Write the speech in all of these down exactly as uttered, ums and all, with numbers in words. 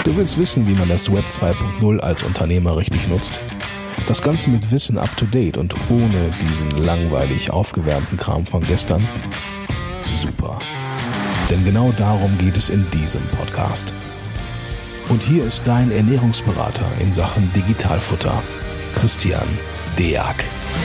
Du willst wissen, wie man das Web zwei Punkt null als Unternehmer richtig nutzt? Das Ganze mit Wissen up to date und ohne diesen langweilig aufgewärmten Kram von gestern? Super. Denn genau darum geht es in diesem Podcast. Und hier ist dein Ernährungsberater in Sachen Digitalfutter, Christian Deak.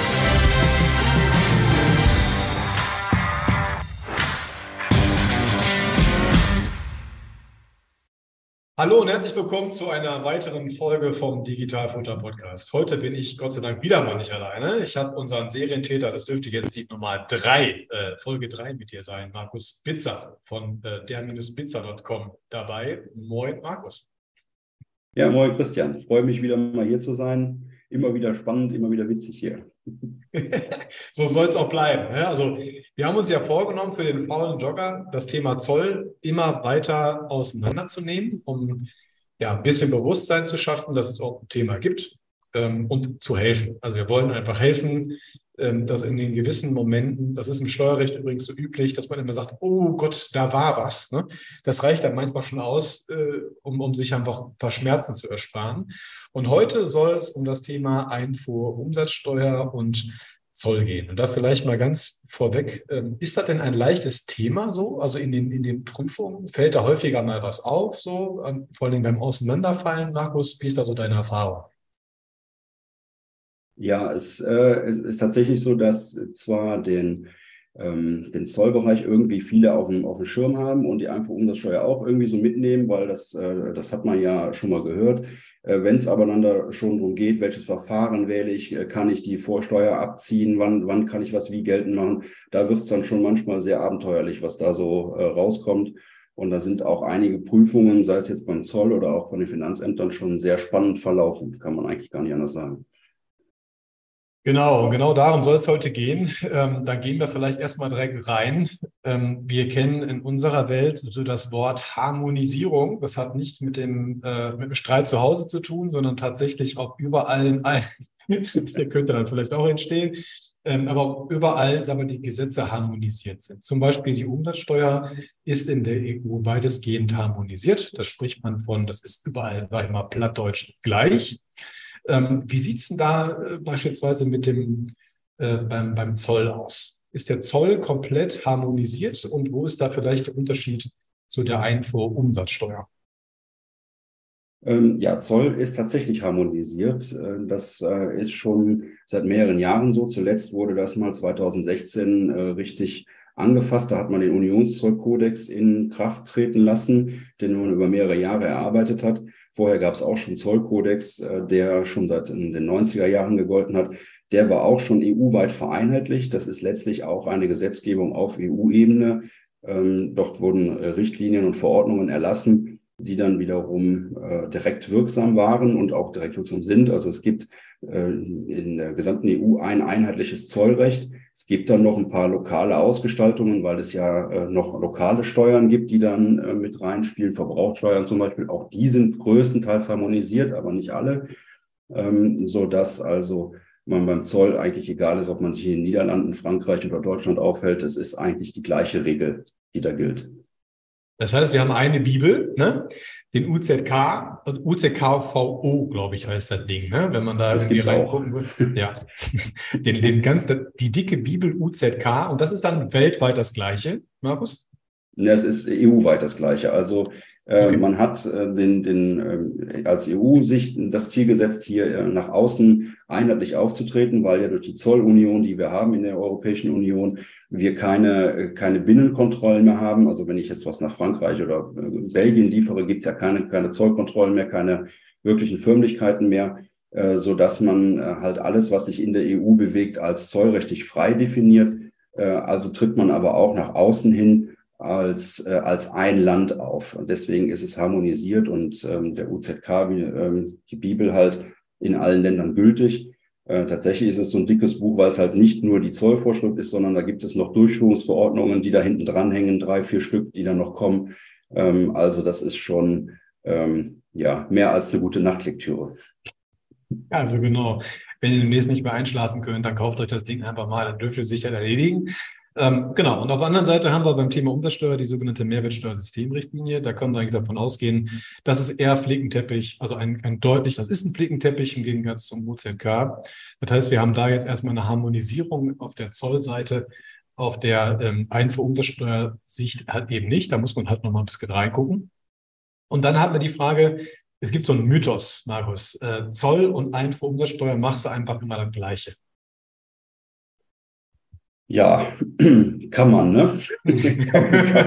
Hallo und herzlich willkommen zu einer weiteren Folge vom Digitalfutter Podcast. Heute bin ich Gott sei Dank wieder mal nicht alleine. Ich habe unseren Serientäter, das dürfte jetzt die Nummer drei, äh, Folge drei mit dir sein, Markus Bitzer von äh, der Bitzer Punkt com dabei. Moin, Markus. Ja, moin, Christian. Ich freue mich wieder mal hier zu sein. Immer wieder spannend, immer wieder witzig hier. So soll es auch bleiben. Ja, also wir haben uns ja vorgenommen, für den faulen Jogger das Thema Zoll immer weiter auseinanderzunehmen, um ja, ein bisschen Bewusstsein zu schaffen, dass es auch ein Thema gibt ähm, und zu helfen. Also wir wollen einfach helfen, ähm, dass in den gewissen Momenten, das ist im Steuerrecht übrigens so üblich, dass man immer sagt, oh Gott, da war was. Ne? Das reicht dann manchmal schon aus, äh, um, um sich einfach ein paar Schmerzen zu ersparen. Und heute soll es um das Thema Einfuhr, Umsatzsteuer und Zoll gehen. Und da vielleicht mal ganz vorweg, ähm, ist das denn ein leichtes Thema so? Also in den, in den Prüfungen fällt da häufiger mal was auf, so an, vor allem beim Auseinanderfallen, Markus, wie ist da so deine Erfahrung? Ja, es, äh, es ist tatsächlich so, dass zwar den, ähm, den Zollbereich irgendwie viele auf dem, auf dem Schirm haben und die Einfuhrumsatzsteuer auch irgendwie so mitnehmen, weil das, äh, das hat man ja schon mal gehört. Äh, wenn es aber dann da schon darum geht, welches Verfahren wähle ich, äh, kann ich die Vorsteuer abziehen, wann, wann kann ich was wie geltend machen, da wird es dann schon manchmal sehr abenteuerlich, was da so äh, rauskommt. Und da sind auch einige Prüfungen, sei es jetzt beim Zoll oder auch von den Finanzämtern, schon sehr spannend verlaufen, kann man eigentlich gar nicht anders sagen. Genau, genau darum soll es heute gehen. Ähm, dann gehen wir vielleicht erstmal direkt rein. Ähm, wir kennen in unserer Welt so das Wort Harmonisierung. Das hat nichts mit dem, äh, mit dem Streit zu Hause zu tun, sondern tatsächlich auch überall in allen, der könnte dann vielleicht auch entstehen, ähm, aber überall, sagen wir, die Gesetze harmonisiert sind. Zum Beispiel die Umsatzsteuer ist in der E U weitestgehend harmonisiert. Da spricht man von, das ist überall, sag ich mal, plattdeutsch gleich. Ähm, wie sieht es denn da äh, beispielsweise mit dem äh, beim, beim Zoll aus? Ist der Zoll komplett harmonisiert und wo ist da vielleicht der Unterschied zu der Einfuhrumsatzsteuer? Ähm, ja, Zoll ist tatsächlich harmonisiert. Äh, das äh, ist schon seit mehreren Jahren so. Zuletzt wurde das mal zweitausendsechzehn äh, richtig angefasst. Da hat man den Unionszollkodex in Kraft treten lassen, den man über mehrere Jahre erarbeitet hat. Vorher gab es auch schon Zollkodex, äh, der schon seit in den neunziger Jahren gegolten hat. Der war auch schon E U-weit vereinheitlicht. Das ist letztlich auch eine Gesetzgebung auf E U-Ebene. Ähm, dort wurden äh, Richtlinien und Verordnungen erlassen, die dann wiederum äh, direkt wirksam waren und auch direkt wirksam sind. Also es gibt äh, in der gesamten E U ein einheitliches Zollrecht. Es gibt dann noch ein paar lokale Ausgestaltungen, weil es ja äh, noch lokale Steuern gibt, die dann äh, mit reinspielen. Verbrauchssteuern zum Beispiel, auch die sind größtenteils harmonisiert, aber nicht alle, ähm, sodass also man beim Zoll eigentlich egal ist, ob man sich in den Niederlanden, Frankreich oder Deutschland aufhält. Es ist eigentlich die gleiche Regel, die da gilt. Das heißt, wir haben eine Bibel, ne? Den U Z K, U Z K V O, glaube ich, heißt das Ding, ne? Wenn man da das irgendwie reingucken will. Ja, den, den ganz, die dicke Bibel U Z K und das ist dann weltweit das Gleiche, Markus? Ja, es ist E U-weit das Gleiche. Also äh, Okay. man hat äh, den, den, äh, als E U sich das Ziel gesetzt, hier äh, nach außen einheitlich aufzutreten, weil ja durch die Zollunion, die wir haben in der Europäischen Union, wir keine, keine Binnenkontrollen mehr haben. Also wenn ich jetzt was nach Frankreich oder äh, Belgien liefere, gibt's ja keine, keine Zollkontrollen mehr, keine wirklichen Förmlichkeiten mehr, äh, so dass man äh, halt alles, was sich in der E U bewegt, als zollrechtlich frei definiert. Äh, also tritt man aber auch nach außen hin als, äh, als ein Land auf. Und deswegen ist es harmonisiert und ähm, der U Z K, wie ähm, die Bibel halt in allen Ländern gültig. Äh, tatsächlich ist es so ein dickes Buch, weil es halt nicht nur die Zollvorschrift ist, sondern da gibt es noch Durchführungsverordnungen, die da hinten dranhängen, drei, vier Stück, die dann noch kommen. Ähm, also das ist schon ähm, ja mehr als eine gute Nachtlektüre. Also genau, wenn ihr demnächst nicht mehr einschlafen könnt, dann kauft euch das Ding einfach mal, dann dürft ihr es sich dann erledigen. Ähm, genau, und auf der anderen Seite haben wir beim Thema Umsatzsteuer die sogenannte Mehrwertsteuersystemrichtlinie. Da können wir eigentlich davon ausgehen, dass es eher Flickenteppich, also ein, ein deutlich, das ist ein Flickenteppich im Gegensatz zum U Z K. Das heißt, wir haben da jetzt erstmal eine Harmonisierung auf der Zollseite, auf der ähm, Einfuhrumsatzsteuersicht halt eben nicht. Da muss man halt nochmal ein bisschen reingucken. Und dann hat man die Frage, es gibt so einen Mythos, Markus, äh, Zoll und Einfuhrumsatzsteuer machst du einfach immer das Gleiche. Ja, kann man, ne? kann,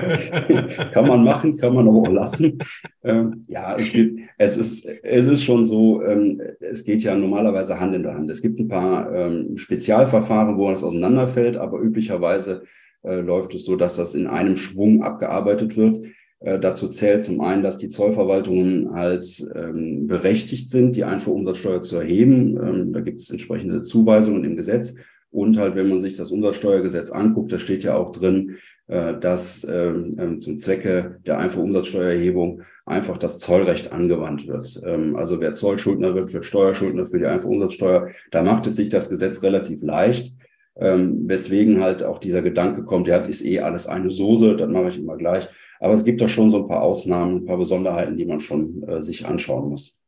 kann, kann man machen, kann man aber auch lassen. Ähm, ja, es gibt, es ist, es ist schon so, ähm, es geht ja normalerweise Hand in Hand. Es gibt ein paar ähm, Spezialverfahren, wo das auseinanderfällt, aber üblicherweise äh, läuft es so, dass das in einem Schwung abgearbeitet wird. Äh, dazu zählt zum einen, dass die Zollverwaltungen halt ähm, berechtigt sind, die Einfuhrumsatzsteuer zu erheben. Ähm, da gibt es entsprechende Zuweisungen im Gesetz. Und halt, wenn man sich das Umsatzsteuergesetz anguckt, da steht ja auch drin, äh, dass ähm, zum Zwecke der Einfuhrumsatzsteuererhebung einfach das Zollrecht angewandt wird. Ähm, also wer Zollschuldner wird, wird Steuerschuldner für die Einfuhrumsatzsteuer. Da macht es sich das Gesetz relativ leicht, ähm, weswegen halt auch dieser Gedanke kommt, ja, das ist eh alles eine Soße, das mache ich immer gleich. Aber es gibt da schon so ein paar Ausnahmen, ein paar Besonderheiten, die man schon äh, sich anschauen muss.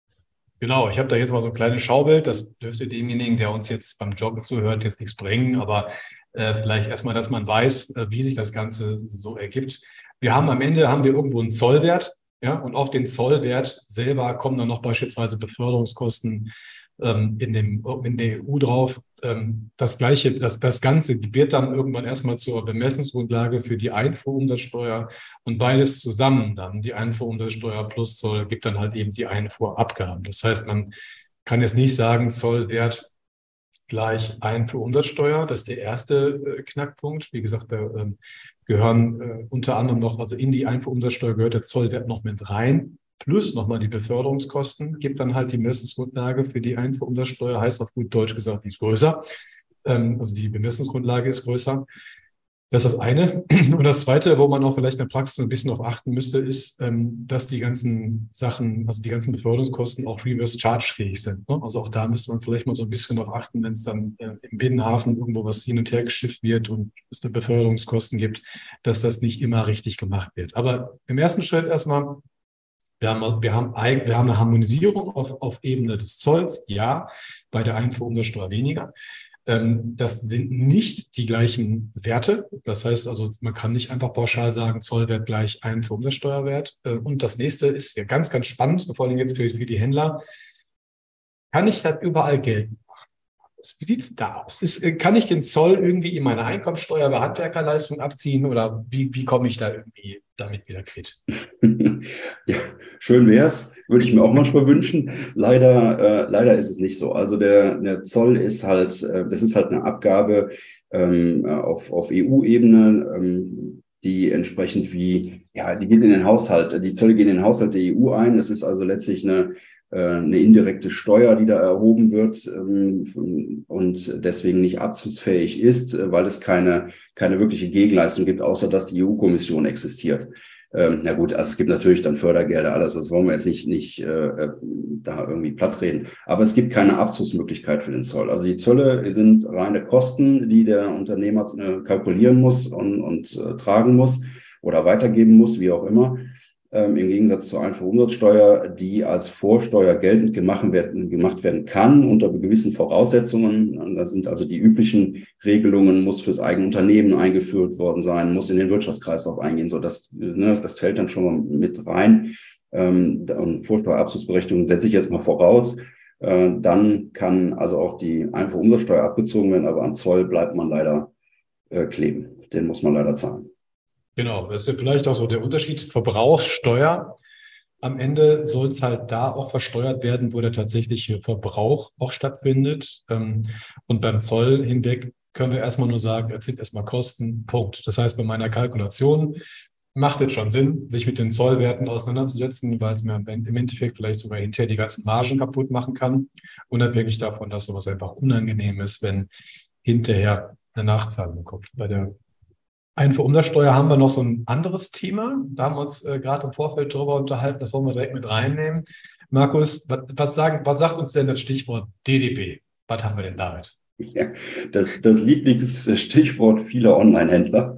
Genau, ich habe da jetzt mal so ein kleines Schaubild. Das dürfte demjenigen, der uns jetzt beim Joggen zuhört, jetzt nichts bringen. Aber äh, vielleicht erstmal, dass man weiß, äh, wie sich das Ganze so ergibt. Wir haben am Ende haben wir irgendwo einen Zollwert. Ja, und auf den Zollwert selber kommen dann noch beispielsweise Beförderungskosten ähm, in, dem, in der E U drauf. Ähm, das Gleiche, das, das Ganze wird dann irgendwann erstmal zur Bemessungsgrundlage für die Einfuhrumsatzsteuer und beides zusammen dann, die Einfuhrumsatzsteuer plus Zoll, gibt dann halt eben die Einfuhrabgaben. Das heißt, man kann jetzt nicht sagen, Zollwert gleich Einfuhrumsatzsteuer. Das ist der erste äh, Knackpunkt. Wie gesagt, da äh, gehören äh, unter anderem noch, also in die Einfuhrumsatzsteuer gehört der Zollwert noch mit rein, plus nochmal die Beförderungskosten, gibt dann halt die Bemessungsgrundlage für die Einfuhrumsatzsteuer, heißt auf gut Deutsch gesagt, die ist größer. Ähm, also die Bemessungsgrundlage ist größer. Das ist das eine. Und das zweite, wo man auch vielleicht in der Praxis ein bisschen darauf achten müsste, ist, ähm, dass die ganzen Sachen, also die ganzen Beförderungskosten auch reverse-charge-fähig sind. Ne? Also auch da müsste man vielleicht mal so ein bisschen darauf achten, wenn es dann äh, im Binnenhafen irgendwo was hin und her geschifft wird und es da Beförderungskosten gibt, dass das nicht immer richtig gemacht wird. Aber im ersten Schritt erstmal, Wir haben, wir, haben, wir haben eine Harmonisierung auf, auf Ebene des Zolls, ja, bei der Einfuhrumsatzsteuer weniger. Ähm, das sind nicht die gleichen Werte. Das heißt also, man kann nicht einfach pauschal sagen, Zollwert gleich Einfuhrumsatzsteuerwert. Äh, und das nächste ist ja ganz, ganz spannend, vor allem jetzt für, für die Händler. Kann ich das überall geltend machen? Wie sieht es da aus? Ist, kann ich den Zoll irgendwie in meine Einkommensteuer bei Handwerkerleistung abziehen oder wie, wie komme ich da irgendwie damit wieder quitt? Ja, schön wär's, würde ich mir auch manchmal wünschen. Leider, äh, leider ist es nicht so. Also der, der Zoll ist halt, äh, das ist halt eine Abgabe ähm, auf, auf E U-Ebene, ähm, die entsprechend wie, ja, die geht in den Haushalt, die Zölle gehen in den Haushalt der E U ein. Das ist also letztlich eine eine indirekte Steuer, die da erhoben wird ähm, und deswegen nicht abzugsfähig ist, weil es keine, keine wirkliche Gegenleistung gibt, außer dass die E U-Kommission existiert. Ähm, na gut, also es gibt natürlich dann Fördergelder, alles, das wollen wir jetzt nicht, nicht äh, da irgendwie plattreden. Aber es gibt keine Abzugsmöglichkeit für den Zoll. Also die Zölle sind reine Kosten, die der Unternehmer äh, kalkulieren muss und, und äh, tragen muss oder weitergeben muss, wie auch immer. Ähm, im Gegensatz zur Einfuhrumsatzsteuer, die als Vorsteuer geltend gemacht werden, gemacht werden kann unter gewissen Voraussetzungen. Das sind also die üblichen Regelungen, muss fürs eigene Unternehmen eingeführt worden sein, muss in den Wirtschaftskreislauf eingehen. So, das, ne, das fällt dann schon mal mit rein. Ähm, und Vorsteuerabzugsberechtigung setze ich jetzt mal voraus. Äh, dann kann also auch die Einfuhrumsatzsteuer abgezogen werden, aber an Zoll bleibt man leider äh, kleben. Den muss man leider zahlen. Genau, das ist ja vielleicht auch so der Unterschied. Verbrauchssteuer. Am Ende soll es halt da auch versteuert werden, wo der tatsächliche Verbrauch auch stattfindet. Und beim Zoll hinweg können wir erstmal nur sagen, er zieht erstmal Kosten, Punkt. Das heißt, bei meiner Kalkulation macht es schon Sinn, sich mit den Zollwerten auseinanderzusetzen, weil es mir im Endeffekt vielleicht sogar hinterher die ganzen Margen kaputt machen kann, unabhängig davon, dass sowas einfach unangenehm ist, wenn hinterher eine Nachzahlung kommt. Bei der Einfuhrumsatzsteuer haben wir noch so ein anderes Thema. Da haben wir uns äh, gerade im Vorfeld darüber unterhalten. Das wollen wir direkt mit reinnehmen. Markus, was, was, sagen, was sagt uns denn das Stichwort D D P? Was haben wir denn damit? Ja, das, das Lieblingsstichwort vieler Online-Händler,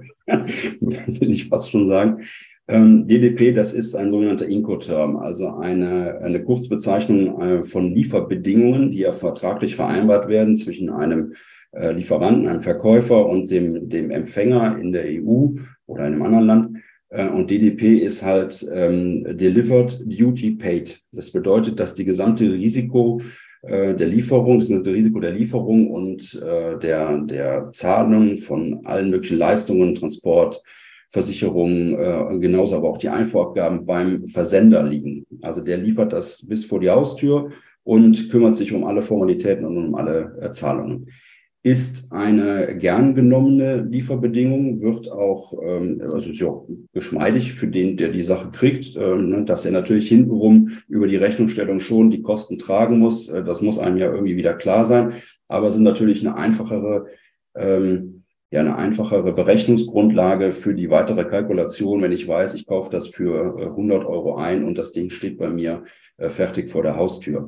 will ich fast schon sagen. Ähm, D D P, das ist ein sogenannter Incoterm, also eine, eine Kurzbezeichnung äh, von Lieferbedingungen, die ja vertraglich vereinbart werden zwischen einem äh, Lieferanten, einem Verkäufer und dem, dem Empfänger in der E U oder in einem anderen Land. Äh, und D D P ist halt ähm, Delivered Duty Paid. Das bedeutet, dass die gesamte Risiko der Lieferung, das ist das Risiko der Lieferung und äh, der, der Zahlung von allen möglichen Leistungen, Transport, Versicherungen, äh, genauso aber auch die Einfuhrabgaben beim Versender liegen. Also der liefert das bis vor die Haustür und kümmert sich um alle Formalitäten und um alle äh, Zahlungen. Ist eine gern genommene Lieferbedingung, wird auch, ähm, also ist ja auch geschmeidig für den, der die Sache kriegt, äh, dass er natürlich hintenrum über die Rechnungsstellung schon die Kosten tragen muss. Äh, das muss einem ja irgendwie wieder klar sein. Aber es ist natürlich eine einfachere, ähm, ja, eine einfachere Berechnungsgrundlage für die weitere Kalkulation, wenn ich weiß, ich kaufe das für äh, hundert Euro ein und das Ding steht bei mir äh, fertig vor der Haustür.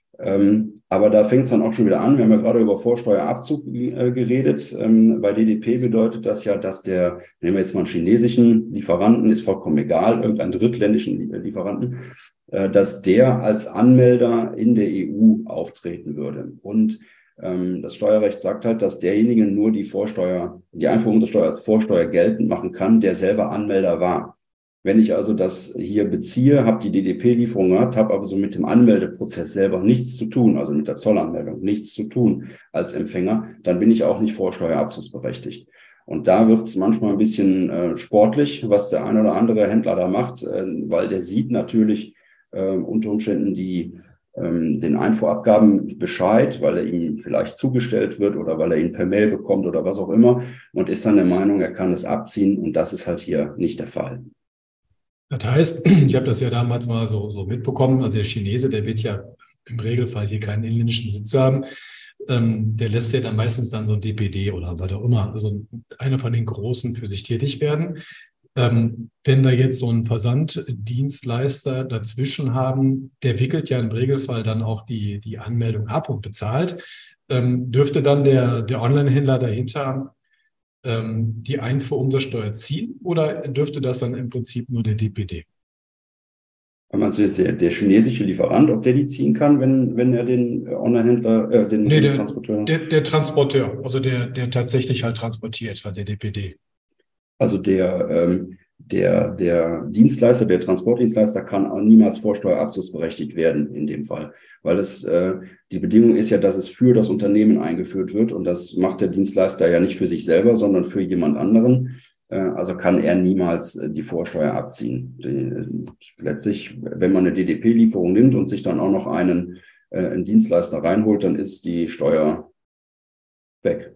Ähm, aber da fängt es dann auch schon wieder an. Wir haben ja gerade über Vorsteuerabzug äh, geredet. Ähm, bei D D P bedeutet das ja, dass der, nehmen wir jetzt mal einen chinesischen Lieferanten, ist vollkommen egal, irgendeinen drittländischen Lieferanten, äh, dass der als Anmelder in der E U auftreten würde. Und ähm, das Steuerrecht sagt halt, dass derjenige nur die Vorsteuer, die Einfuhrung der Steuer als Vorsteuer geltend machen kann, der selber Anmelder war. Wenn ich also das hier beziehe, habe die D D P-Lieferung gehabt, habe aber so mit dem Anmeldeprozess selber nichts zu tun, also mit der Zollanmeldung nichts zu tun als Empfänger, dann bin ich auch nicht vorsteuerabzugsberechtigt. Und da wird es manchmal ein bisschen äh, sportlich, was der eine oder andere Händler da macht, äh, weil der sieht natürlich äh, unter Umständen die, ähm, den Einfuhrabgaben Bescheid, weil er ihm vielleicht zugestellt wird oder weil er ihn per Mail bekommt oder was auch immer und ist dann der Meinung, er kann es abziehen und das ist halt hier nicht der Fall. Das heißt, ich habe das ja damals mal so, so mitbekommen, also der Chinese, der wird ja im Regelfall hier keinen inländischen Sitz haben. Ähm, der lässt ja dann meistens dann so ein D P D oder was auch immer, also einer von den Großen für sich tätig werden. Ähm, wenn da jetzt so ein Versanddienstleister dazwischen haben, der wickelt ja im Regelfall dann auch die, die Anmeldung ab und bezahlt, ähm, dürfte dann der, der Online-Händler dahinter die Einfuhrumsatzsteuer ziehen oder dürfte das dann im Prinzip nur der D P D? Meinst du jetzt der, der chinesische Lieferant, ob der die ziehen kann, wenn, wenn er den Online-Händler, äh, den, nee, den der, Transporteur? Der, der Transporteur, also der, der tatsächlich halt transportiert, halt der D P D. Also der, ähm, der, der Dienstleister, der Transportdienstleister kann auch niemals vorsteuerabzugsberechtigt werden in dem Fall, weil es äh, die Bedingung ist ja, dass es für das Unternehmen eingeführt wird und das macht der Dienstleister ja nicht für sich selber, sondern für jemand anderen. Äh, also kann er niemals äh, die Vorsteuer abziehen. Die, letztlich, wenn man eine D D P-Lieferung nimmt und sich dann auch noch einen, äh, einen Dienstleister reinholt, dann ist die Steuer weg.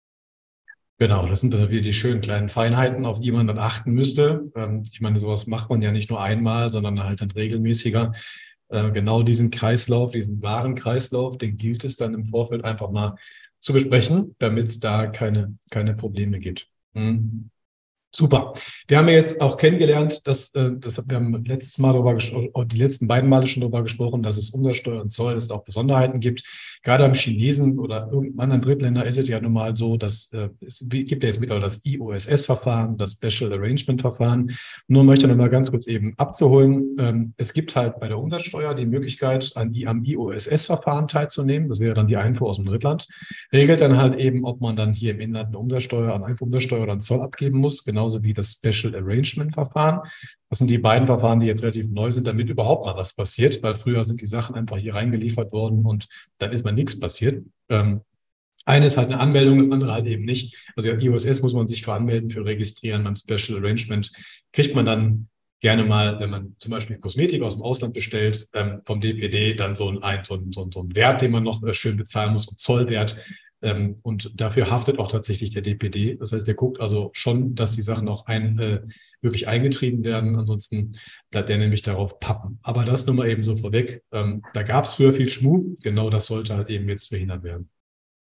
Genau, das sind dann wieder die schönen kleinen Feinheiten, auf die man dann achten müsste. Ich meine, sowas macht man ja nicht nur einmal, sondern halt dann regelmäßiger. Genau diesen Kreislauf, diesen Warenkreislauf, den gilt es dann im Vorfeld einfach mal zu besprechen, damit es da keine, keine Probleme gibt. Hm. Super. Wir haben ja jetzt auch kennengelernt, dass, das wir haben letztes Mal darüber gesprochen, die letzten beiden Male schon darüber gesprochen, dass es Umsatzsteuer und Zoll, dass es auch Besonderheiten gibt. Gerade am Chinesen oder irgendeinem anderen Drittländer ist es ja nun mal so, dass es gibt ja jetzt mittlerweile das I O S S-Verfahren, das Special Arrangement-Verfahren. Nur möchte ich noch mal ganz kurz eben abzuholen. Es gibt halt bei der Umsatzsteuer die Möglichkeit, an, am I O S S-Verfahren teilzunehmen. Das wäre dann die Einfuhr aus dem Drittland. Regelt dann halt eben, ob man dann hier im Inland eine Umsatzsteuer, an Einfuhrumsatzsteuer oder einen Zoll abgeben muss. Genau genauso wie das Special Arrangement Verfahren. Das sind die beiden Verfahren, die jetzt relativ neu sind, damit überhaupt mal was passiert, weil früher sind die Sachen einfach hier reingeliefert worden und dann ist mal nichts passiert. Ähm, eine ist halt eine Anmeldung, das andere halt eben nicht. Also der I O S S muss man sich für anmelden, für registrieren. Beim Special Arrangement kriegt man dann gerne mal, wenn man zum Beispiel Kosmetik aus dem Ausland bestellt, ähm, vom D P D dann so ein, so ein, so ein, so ein Wert, den man noch äh, schön bezahlen muss, ein Zollwert. Ähm, und dafür haftet auch tatsächlich der D P D. Das heißt, der guckt also schon, dass die Sachen auch ein, äh, wirklich eingetrieben werden. Ansonsten bleibt der nämlich darauf pappen. Aber das nur mal eben so vorweg. Ähm, da gab es früher viel Schmuh. Genau das sollte halt eben jetzt verhindert werden.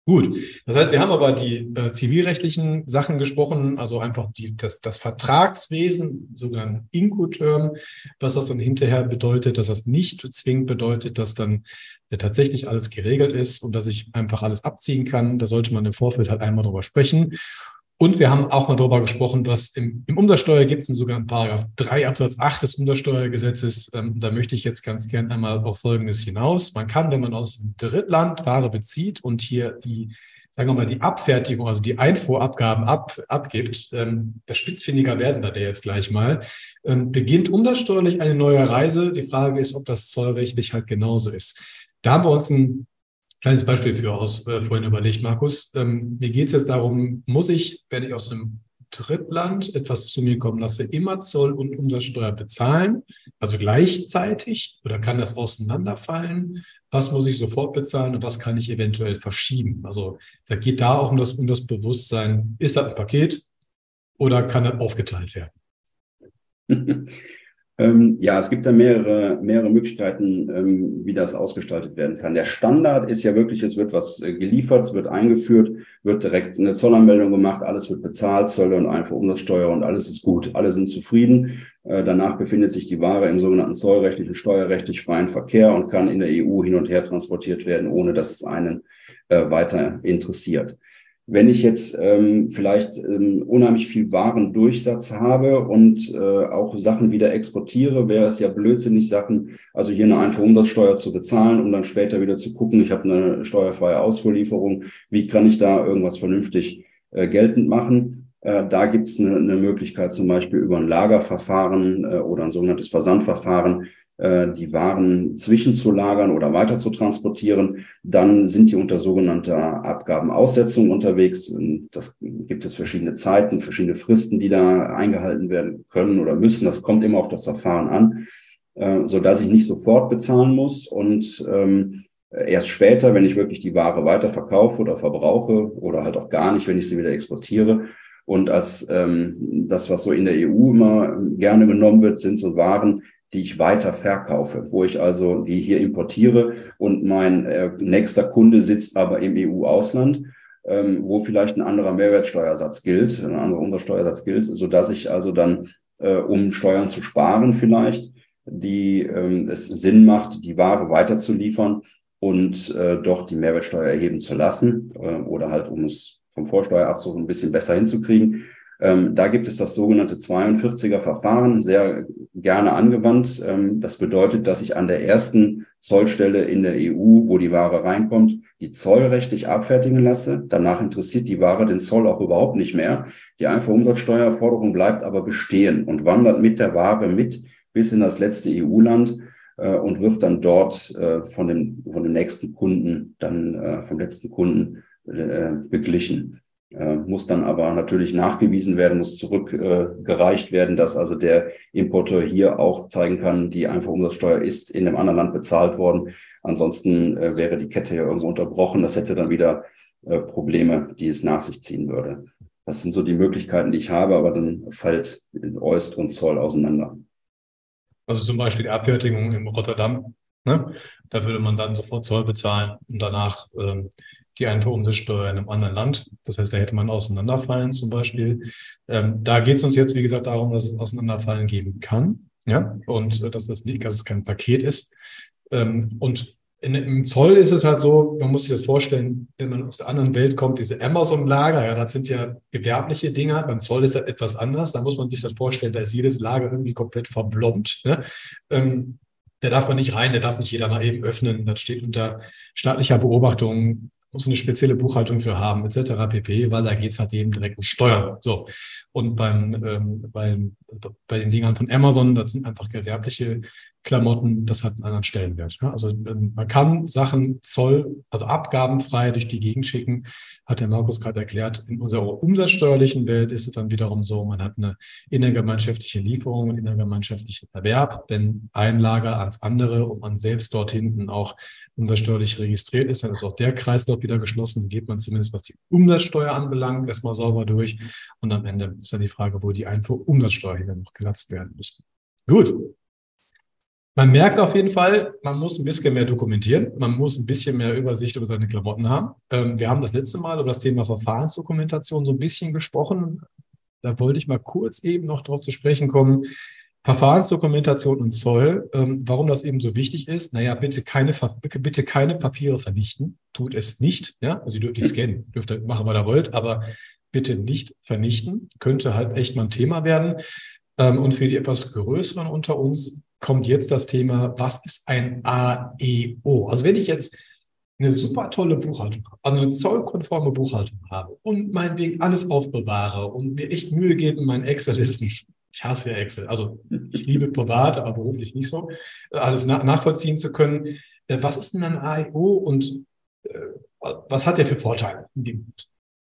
Gut, das heißt, wir haben aber die äh, zivilrechtlichen Sachen gesprochen, also einfach die, das, das Vertragswesen, sogenannten Incoterm, was das dann hinterher bedeutet, dass das nicht zwingend bedeutet, dass dann äh, tatsächlich alles geregelt ist und dass ich einfach alles abziehen kann. Da sollte man im Vorfeld halt einmal drüber sprechen. Und wir haben auch mal darüber gesprochen, dass im, im Umsatzsteuer gibt es einen sogenannten Paragraph drei Absatz acht des Umsatzsteuergesetzes. Ähm, da möchte ich jetzt ganz gern einmal auf Folgendes hinaus. Man kann, wenn man aus dem Drittland Ware bezieht und hier die, sagen wir mal, die Abfertigung, also die Einfuhrabgaben ab, abgibt, ähm, der Spitzfindiger werden wir der jetzt gleich mal, ähm, beginnt umsatzsteuerlich eine neue Reise. Die Frage ist, ob das zollrechtlich halt genauso ist. Da haben wir uns ein kleines Beispiel für aus äh, vorhin überlegt, Markus. Ähm, mir geht es jetzt darum, muss ich, wenn ich aus einem Drittland etwas zu mir kommen lasse, immer Zoll und Umsatzsteuer bezahlen, also gleichzeitig, oder kann das auseinanderfallen? Was muss ich sofort bezahlen und was kann ich eventuell verschieben? Also da geht da auch um das, um das Bewusstsein, ist das ein Paket oder kann das aufgeteilt werden? Ähm, ja, es gibt da mehrere, mehrere Möglichkeiten, ähm, wie das ausgestaltet werden kann. Der Standard ist ja wirklich, es wird was äh, geliefert, es wird eingeführt, wird direkt eine Zollanmeldung gemacht, alles wird bezahlt, Zölle und Einfuhrumsatzsteuer und alles ist gut. Alle sind zufrieden. Äh, danach befindet sich die Ware im sogenannten zollrechtlichen, steuerrechtlich freien Verkehr und kann in der E U hin und her transportiert werden, ohne dass es einen äh, weiter interessiert. Wenn ich jetzt ähm, vielleicht ähm, unheimlich viel Warendurchsatz habe und äh, auch Sachen wieder exportiere, wäre es ja blödsinnig, Sachen, also hier eine Einfuhrumsatzsteuer zu bezahlen, um dann später wieder zu gucken, ich habe eine steuerfreie Ausfuhrlieferung, wie kann ich da irgendwas vernünftig äh, geltend machen? Äh, da gibt es eine, eine Möglichkeit, zum Beispiel über ein Lagerverfahren äh, oder ein sogenanntes Versandverfahren, die Waren zwischenzulagern oder weiter zu transportieren, dann sind die unter sogenannter Abgabenaussetzung unterwegs. Das gibt es verschiedene Zeiten, verschiedene Fristen, die da eingehalten werden können oder müssen. Das kommt immer auf das Verfahren an, so dass ich nicht sofort bezahlen muss und erst später, wenn ich wirklich die Ware weiterverkaufe oder verbrauche oder halt auch gar nicht, wenn ich sie wieder exportiere. Und als ähm, das, was so in der E U immer gerne genommen wird, sind so Waren, die ich weiter verkaufe, wo ich also die hier importiere und mein äh, nächster Kunde sitzt aber im E U-Ausland, ähm, wo vielleicht ein anderer Mehrwertsteuersatz gilt, ein anderer Umsatzsteuersatz gilt, sodass ich also dann, äh, um Steuern zu sparen vielleicht, die ähm, es Sinn macht, die Ware weiterzuliefern und äh, doch die Mehrwertsteuer erheben zu lassen äh, oder halt, um es vom Vorsteuerabzug ein bisschen besser hinzukriegen. Ähm, da gibt es das sogenannte zweiundvierziger Verfahren, sehr gerne angewandt. Ähm, das bedeutet, dass ich an der ersten Zollstelle in der E U, wo die Ware reinkommt, die zollrechtlich abfertigen lasse. Danach interessiert die Ware den Zoll auch überhaupt nicht mehr. Die Einfuhrumsatzsteuerforderung bleibt aber bestehen und wandert mit der Ware mit bis in das letzte E U-Land äh, und wird dann dort äh, von dem, von dem nächsten Kunden, dann äh, vom letzten Kunden äh, beglichen. Äh, muss dann aber natürlich nachgewiesen werden, muss zurückgereicht äh, werden, dass also der Importeur hier auch zeigen kann, die Einfuhrumsatzsteuer ist in dem anderen Land bezahlt worden. Ansonsten äh, wäre die Kette ja irgendwo unterbrochen. Das hätte dann wieder äh, Probleme, die es nach sich ziehen würde. Das sind so die Möglichkeiten, die ich habe, aber dann fällt Oist und Zoll auseinander. Also zum Beispiel die Abfertigung in Rotterdam, ne? Da würde man dann sofort Zoll bezahlen und danach ähm, die Einfuhrumsatzsteuer in einem anderen Land. Das heißt, da hätte man Auseinanderfallen zum Beispiel. Ähm, da geht es uns jetzt, wie gesagt, darum, dass es Auseinanderfallen geben kann, ja, und äh, dass das nicht, dass es kein Paket ist. Ähm, und in, im Zoll ist es halt so, man muss sich das vorstellen, wenn man aus der anderen Welt kommt, diese Amazon-Lager, ja, das sind ja gewerbliche Dinger. Beim Zoll ist das etwas anders. Da muss man sich das vorstellen, da ist jedes Lager irgendwie komplett verblombt, ne? Ähm, da darf man nicht rein, da darf nicht jeder mal eben öffnen. Das steht unter staatlicher Beobachtung, muss eine spezielle Buchhaltung für haben, et cetera pp., weil da geht es halt eben direkt um Steuern. So. Und beim, ähm, beim, bei den Dingern von Amazon, das sind einfach gewerbliche Klamotten, das hat einen anderen Stellenwert. Ja? Also ähm, man kann Sachen Zoll, also abgabenfrei durch die Gegend schicken, hat der Markus gerade erklärt. In unserer umsatzsteuerlichen Welt ist es dann wiederum so, man hat eine innergemeinschaftliche Lieferung und innergemeinschaftlichen Erwerb, wenn ein Lager ans andere und man selbst dort hinten auch umsatzsteuerlich registriert ist, dann ist auch der Kreislauf wieder geschlossen. Dann geht man zumindest, was die Umsatzsteuer anbelangt, erstmal sauber durch. Und am Ende ist dann die Frage, wo die Einfuhrumsatzsteuer hier noch gelatzt werden müssen. Gut. Man merkt auf jeden Fall, man muss ein bisschen mehr dokumentieren, man muss ein bisschen mehr Übersicht über seine Klamotten haben. Ähm, wir haben das letzte Mal über das Thema Verfahrensdokumentation so ein bisschen gesprochen. Da wollte ich mal kurz eben noch darauf zu sprechen kommen. Verfahrensdokumentation und Zoll, ähm, warum das eben so wichtig ist. Naja, bitte keine, bitte keine Papiere vernichten. Tut es nicht. Ja? Also ihr dürft nicht scannen, dürft ihr machen, was ihr wollt, aber bitte nicht vernichten. Könnte halt echt mal ein Thema werden. Ähm, und für die etwas größeren unter uns kommt jetzt das Thema, was ist ein A E O? Also wenn ich jetzt eine super tolle Buchhaltung habe, also eine zollkonforme Buchhaltung habe und meinetwegen alles aufbewahre und mir echt Mühe gebe in meinen Excel-Listen. Ich hasse ja Excel. Also ich liebe privat, aber beruflich nicht so, alles na- nachvollziehen zu können. Äh, Was ist denn ein A E O und äh, was hat der für Vorteile in dem Punkt?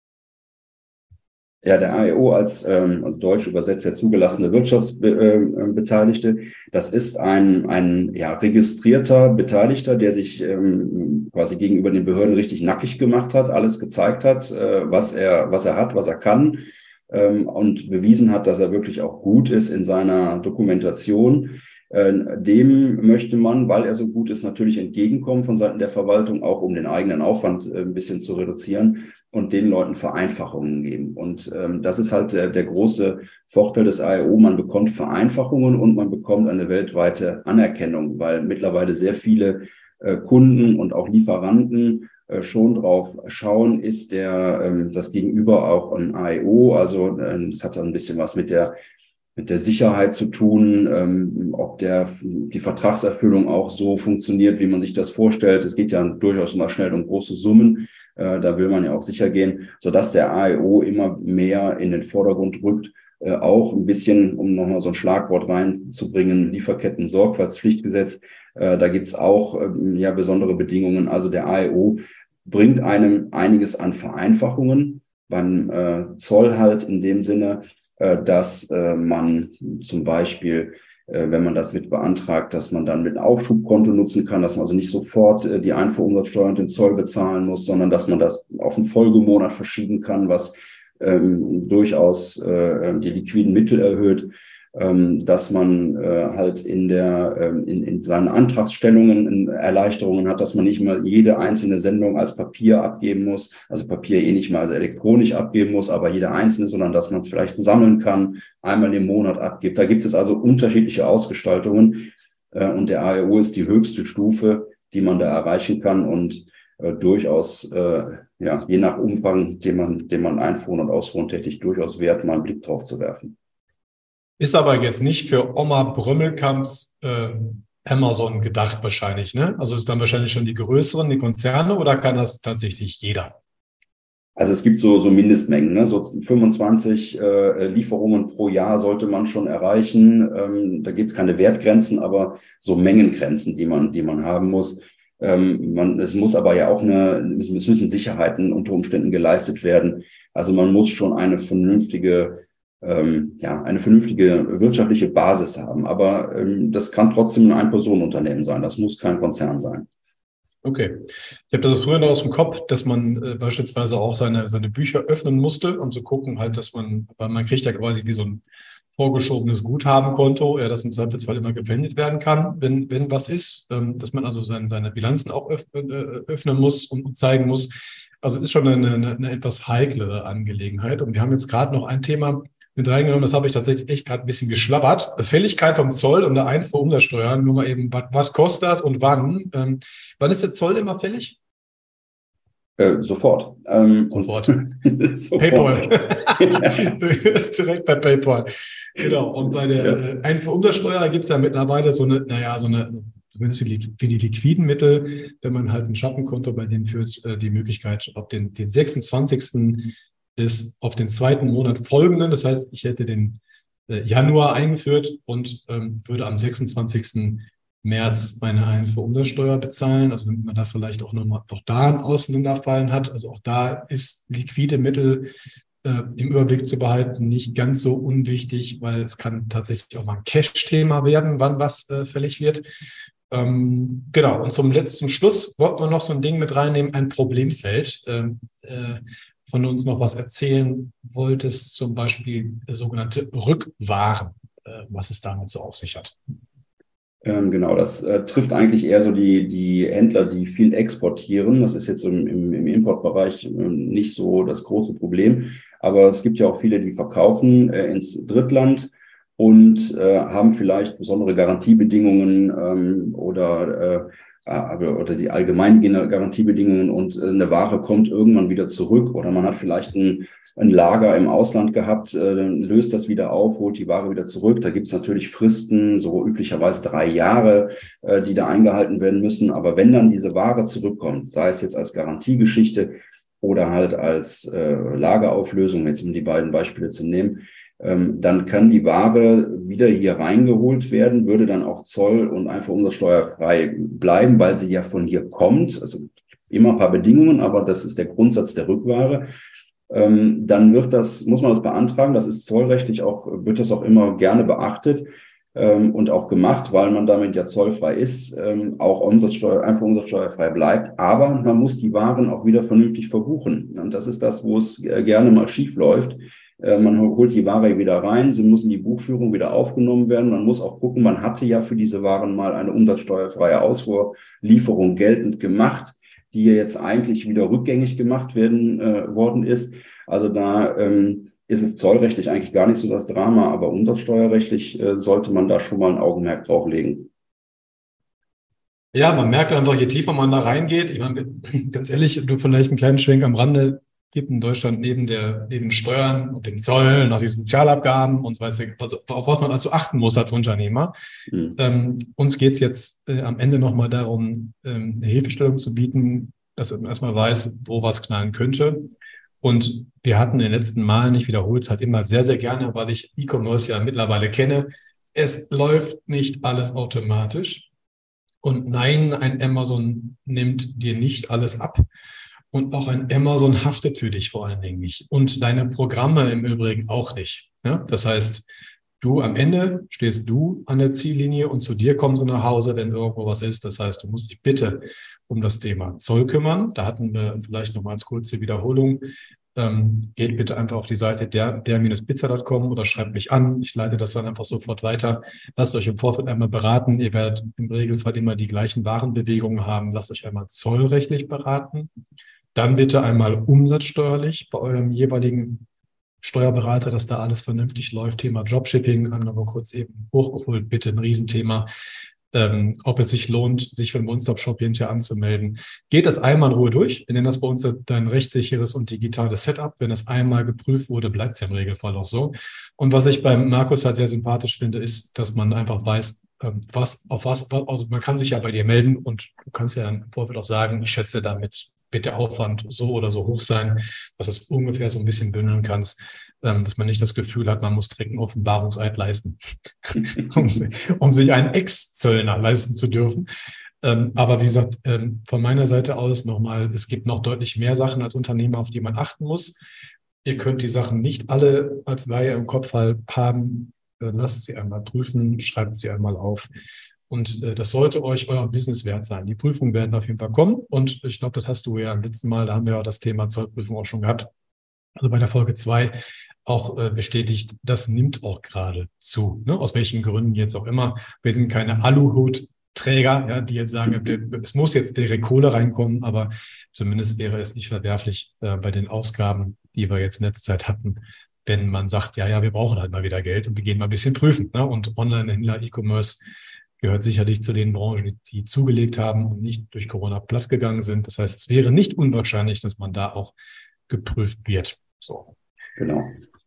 Ja, der A E O als ähm, deutsch übersetzt der zugelassene Wirtschaftsbeteiligte, das ist ein, ein ja, registrierter Beteiligter, der sich ähm, quasi gegenüber den Behörden richtig nackig gemacht hat, alles gezeigt hat, äh, was er, was er hat, was er kann ähm, und bewiesen hat, dass er wirklich auch gut ist in seiner Dokumentation. Äh, dem möchte man, weil er so gut ist, natürlich entgegenkommen von Seiten der Verwaltung, auch um den eigenen Aufwand äh, ein bisschen zu reduzieren und den Leuten Vereinfachungen geben. Und ähm, das ist halt der, der große Vorteil des A E O. Man bekommt Vereinfachungen und man bekommt eine weltweite Anerkennung, weil mittlerweile sehr viele äh, Kunden und auch Lieferanten äh, schon drauf schauen, ist der ähm, das Gegenüber auch ein A E O. Also äh, das hat dann ein bisschen was mit der mit der Sicherheit zu tun, ähm, ob der, die Vertragserfüllung auch so funktioniert, wie man sich das vorstellt. Es geht ja durchaus mal schnell um große Summen. Äh, da will man ja auch sicher gehen, sodass der A E O immer mehr in den Vordergrund rückt. Äh, auch ein bisschen, um nochmal so ein Schlagwort reinzubringen, Lieferketten-Sorgfaltspflichtgesetz. Äh, da gibt's auch äh, ja besondere Bedingungen. Also der A E O bringt einem einiges an Vereinfachungen. Beim äh, Zoll halt in dem Sinne, dass äh, man zum Beispiel, äh, wenn man das mit beantragt, dass man dann mit einem Aufschubkonto nutzen kann, dass man also nicht sofort äh, die Einfuhrumsatzsteuer und den Zoll bezahlen muss, sondern dass man das auf einen Folgemonat verschieben kann, was ähm, durchaus äh, die liquiden Mittel erhöht, ähm, dass man äh, halt in der ähm, in, in seinen Antragsstellungen in Erleichterungen hat, dass man nicht mal jede einzelne Sendung als Papier abgeben muss, also Papier eh nicht mal also elektronisch abgeben muss, aber jede einzelne, sondern dass man es vielleicht sammeln kann, einmal im Monat abgibt. Da gibt es also unterschiedliche Ausgestaltungen äh, und der A E O ist die höchste Stufe, die man da erreichen kann und äh, durchaus äh, ja je nach Umfang, den man den man einfuhren und ausfuhren tätigt, durchaus wert, mal einen Blick drauf zu werfen. Ist aber jetzt nicht für Oma Brömmelkamps äh, Amazon gedacht wahrscheinlich, ne? Also ist dann wahrscheinlich schon die größeren, die Konzerne, oder kann das tatsächlich jeder? Also es gibt so, so Mindestmengen, ne? So fünfundzwanzig äh, Lieferungen pro Jahr sollte man schon erreichen. Ähm, da gibt es keine Wertgrenzen, aber so Mengengrenzen, die man, die man haben muss. Ähm, man, es muss aber ja auch eine, es müssen Sicherheiten unter Umständen geleistet werden. Also man muss schon eine vernünftige Ähm, ja, eine vernünftige wirtschaftliche Basis haben. Aber ähm, das kann trotzdem ein Ein-Personen-Unternehmen sein. Das muss kein Konzern sein. Okay. Ich habe das früher noch aus dem Kopf, dass man äh, beispielsweise auch seine, seine Bücher öffnen musste, um zu gucken halt, dass man, weil man kriegt ja quasi wie so ein vorgeschobenes Guthabenkonto, ja, das im Zweifelsfall immer gewendet werden kann, wenn, wenn was ist, ähm, dass man also seine, seine Bilanzen auch öff, äh, öffnen muss und zeigen muss. Also es ist schon eine, eine, eine etwas heiklere Angelegenheit. Und wir haben jetzt gerade noch ein Thema mit reingenommen, das habe ich tatsächlich echt gerade ein bisschen geschlabbert. Fälligkeit vom Zoll und der Einfuhrumsatzsteuer, nur mal eben, was, was kostet das und wann? Ähm, wann ist der Zoll immer fällig? Äh, sofort. Ähm, Sofort. Und sofort. PayPal. Direkt bei PayPal. Genau. Und bei der Ja. äh, Einfuhrumsatzsteuer gibt es ja mittlerweile so eine, naja, so eine, zumindest für die, für die liquiden Mittel, wenn man halt ein Schattenkonto bei denen führt, äh, die Möglichkeit, auf den, den sechsundzwanzigsten des auf den zweiten Monat folgenden. Das heißt, ich hätte den äh, Januar eingeführt und ähm, würde am sechsundzwanzigsten März meine Einfuhrumsatzsteuer bezahlen. Also wenn man da vielleicht auch noch, mal, noch da ein Auseinanderfallen hat. Also auch da ist liquide Mittel äh, im Überblick zu behalten nicht ganz so unwichtig, weil es kann tatsächlich auch mal ein Cash-Thema werden, wann was äh, fällig wird. Ähm, genau, und zum letzten Schluss wollten wir noch so ein Ding mit reinnehmen, ein Problemfeld. Ähm, äh, von uns noch was erzählen wolltest, zum Beispiel sogenannte Rückwaren, äh, was es damit so auf sich hat. Ähm, genau, das äh, trifft eigentlich eher so die, die Händler, die viel exportieren. Das ist jetzt im, im, im Importbereich äh, nicht so das große Problem. Aber es gibt ja auch viele, die verkaufen äh, ins Drittland und äh, haben vielleicht besondere Garantiebedingungen ähm, oder, äh, oder die allgemeinen Garantiebedingungen und äh, eine Ware kommt irgendwann wieder zurück oder man hat vielleicht ein ein Lager im Ausland gehabt, äh, löst das wieder auf, holt die Ware wieder zurück. Da gibt es natürlich Fristen, so üblicherweise drei Jahre, äh, die da eingehalten werden müssen. Aber wenn dann diese Ware zurückkommt, sei es jetzt als Garantiegeschichte oder halt als äh, Lagerauflösung, jetzt um die beiden Beispiele zu nehmen, ähm, dann kann die Ware wieder hier reingeholt werden, würde dann auch Zoll- und Einfuhrumsatzsteuerfrei bleiben, weil sie ja von hier kommt. Also immer ein paar Bedingungen, aber das ist der Grundsatz der Rückware. Ähm, dann wird das, muss man das beantragen. Das ist zollrechtlich auch, wird das auch immer gerne beachtet ähm, und auch gemacht, weil man damit ja zollfrei ist, ähm, auch Umsatzsteuer, einfach umsatzsteuerfrei bleibt. Aber man muss die Waren auch wieder vernünftig verbuchen. Und das ist das, wo es äh, gerne mal schief läuft. Äh, man holt die Ware wieder rein, sie muss in die Buchführung wieder aufgenommen werden. Man muss auch gucken, man hatte ja für diese Waren mal eine umsatzsteuerfreie Ausfuhrlieferung geltend gemacht, die jetzt eigentlich wieder rückgängig gemacht werden äh, worden ist. Also da ähm, ist es zollrechtlich eigentlich gar nicht so das Drama, aber umsatzsteuerrechtlich äh, sollte man da schon mal ein Augenmerk drauf legen. Ja, man merkt einfach, je tiefer man da reingeht, ich meine, ganz ehrlich, du vielleicht einen kleinen Schwenk am Rande, gibt in Deutschland neben der neben Steuern und dem Zoll noch die Sozialabgaben und so weiter, also auf was man also achten muss als Unternehmer. Mhm. Ähm, uns geht es jetzt äh, am Ende nochmal darum, ähm, eine Hilfestellung zu bieten, dass man erstmal weiß, wo was knallen könnte. Und wir hatten in den letzten Malen, ich wiederhole es halt immer sehr, sehr gerne, weil ich E-Commerce ja mittlerweile kenne, es läuft nicht alles automatisch. Und nein, ein Amazon nimmt dir nicht alles ab. Und auch ein Amazon haftet für dich vor allen Dingen nicht. Und deine Programme im Übrigen auch nicht. Ja? Das heißt, du am Ende stehst du an der Ziellinie und zu dir kommen sie nach Hause, wenn irgendwo was ist. Das heißt, du musst dich bitte um das Thema Zoll kümmern. Da hatten wir vielleicht noch mal als kurze Wiederholung. Ähm, geht bitte einfach auf die Seite der der-pizza punkt com oder schreibt mich an. Ich leite das dann einfach sofort weiter. Lasst euch im Vorfeld einmal beraten. Ihr werdet im Regelfall immer die gleichen Warenbewegungen haben. Lasst euch einmal zollrechtlich beraten. Dann bitte einmal umsatzsteuerlich bei eurem jeweiligen Steuerberater, dass da alles vernünftig läuft. Thema Dropshipping, haben wir mal kurz eben hochgeholt. Bitte ein Riesenthema. Ähm, ob es sich lohnt, sich für den One-Stop-Shop hinterher anzumelden. Geht das einmal in Ruhe durch. Wir nennen das bei uns dein rechtssicheres und digitales Setup. Wenn das einmal geprüft wurde, bleibt es ja im Regelfall auch so. Und was ich beim Markus halt sehr sympathisch finde, ist, dass man einfach weiß, ähm, was, auf was, also man kann sich ja bei dir melden und du kannst ja dann im Vorfeld auch sagen, ich schätze damit, wird der Aufwand so oder so hoch sein, dass du es ungefähr so ein bisschen bündeln kannst, ähm, dass man nicht das Gefühl hat, man muss direkt einen Offenbarungseid leisten, um, um sich einen Ex-Zöllner leisten zu dürfen. Ähm, aber wie gesagt, ähm, von meiner Seite aus nochmal, es gibt noch deutlich mehr Sachen als Unternehmer, auf die man achten muss. Ihr könnt die Sachen nicht alle als Laie im Kopf haben. Äh, lasst sie einmal prüfen, schreibt sie einmal auf. Und äh, das sollte euch euer Business wert sein. Die Prüfungen werden auf jeden Fall kommen. Und ich glaube, das hast du ja am letzten Mal, da haben wir ja das Thema Zollprüfung auch schon gehabt. Also bei der Folge zwei auch äh, bestätigt, das nimmt auch gerade zu. Ne? Aus welchen Gründen jetzt auch immer. Wir sind keine Aluhutträger, ja, die jetzt sagen, es muss jetzt direkt Kohle reinkommen, aber zumindest wäre es nicht verwerflich äh, bei den Ausgaben, die wir jetzt in letzter Zeit hatten, wenn man sagt, ja, ja, wir brauchen halt mal wieder Geld und wir gehen mal ein bisschen prüfen. Ne? Und Online-Händler, E-Commerce gehört sicherlich zu den Branchen, die zugelegt haben und nicht durch Corona platt gegangen sind. Das heißt, es wäre nicht unwahrscheinlich, dass man da auch geprüft wird. So. Genau.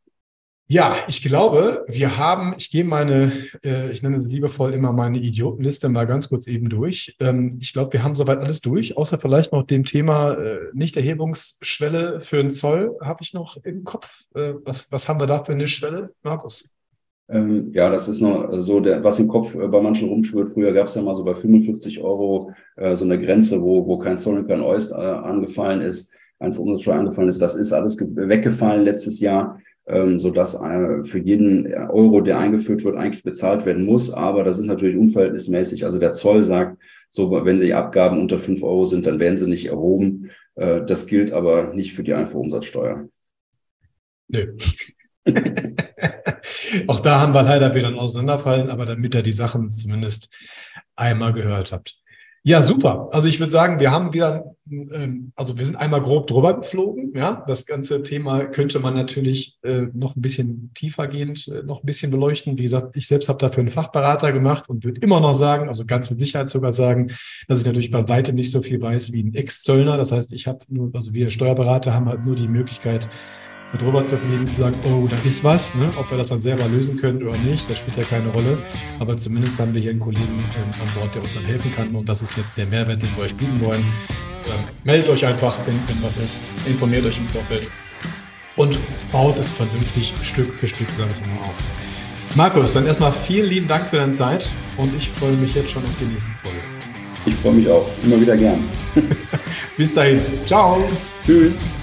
Ja, ich glaube, wir haben, ich gehe meine, äh, ich nenne sie liebevoll immer meine Idiotenliste mal ganz kurz eben durch. Ähm, ich glaube, wir haben soweit alles durch, außer vielleicht noch dem Thema äh, Nichterhebungsschwelle für den Zoll habe ich noch im Kopf. Äh, was, was haben wir da für eine Schwelle, Markus? Ähm, ja, das ist noch so, der, was im Kopf äh, bei manchen rumschwirrt. Früher gab es ja mal so bei fünfundvierzig Euro äh, so eine Grenze, wo, wo kein Zoll und kein Oist äh, angefallen ist, einfach Umsatzsteuer angefallen ist. Das ist alles weggefallen letztes Jahr, ähm, sodass äh, für jeden Euro, der eingeführt wird, eigentlich bezahlt werden muss. Aber das ist natürlich unverhältnismäßig. Also der Zoll sagt, so, wenn die Abgaben unter fünf Euro sind, dann werden sie nicht erhoben. Äh, das gilt aber nicht für die Einfuhrumsatzsteuer. Nö. Auch da haben wir leider wieder ein Auseinanderfallen, aber damit ihr die Sachen zumindest einmal gehört habt. Ja, super. Also ich würde sagen, wir haben wieder, ähm, also wir sind einmal grob drüber geflogen. Ja, das ganze Thema könnte man natürlich äh, noch ein bisschen tiefergehend, äh, noch ein bisschen beleuchten. Wie gesagt, ich selbst habe dafür einen Fachberater gemacht und würde immer noch sagen, also ganz mit Sicherheit sogar sagen, dass ich natürlich bei weitem nicht so viel weiß wie ein Ex-Zöllner. Das heißt, ich habe nur, also wir Steuerberater haben halt nur die Möglichkeit, drüber zu fliegen, zu sagen, oh, da ist was, ne? Ob wir das dann selber lösen können oder nicht, das spielt ja keine Rolle. Aber zumindest haben wir hier einen Kollegen ähm, an Bord, der uns dann helfen kann. Und das ist jetzt der Mehrwert, den wir euch bieten wollen. Ähm, meldet euch einfach, wenn, wenn was ist. Informiert euch im Vorfeld. Und baut es vernünftig Stück für Stück, sage ich immer auf. Markus, dann erstmal vielen lieben Dank für deine Zeit. Und ich freue mich jetzt schon auf die nächste Folge. Ich freue mich auch. Immer wieder gern. Bis dahin. Ciao. Tschüss.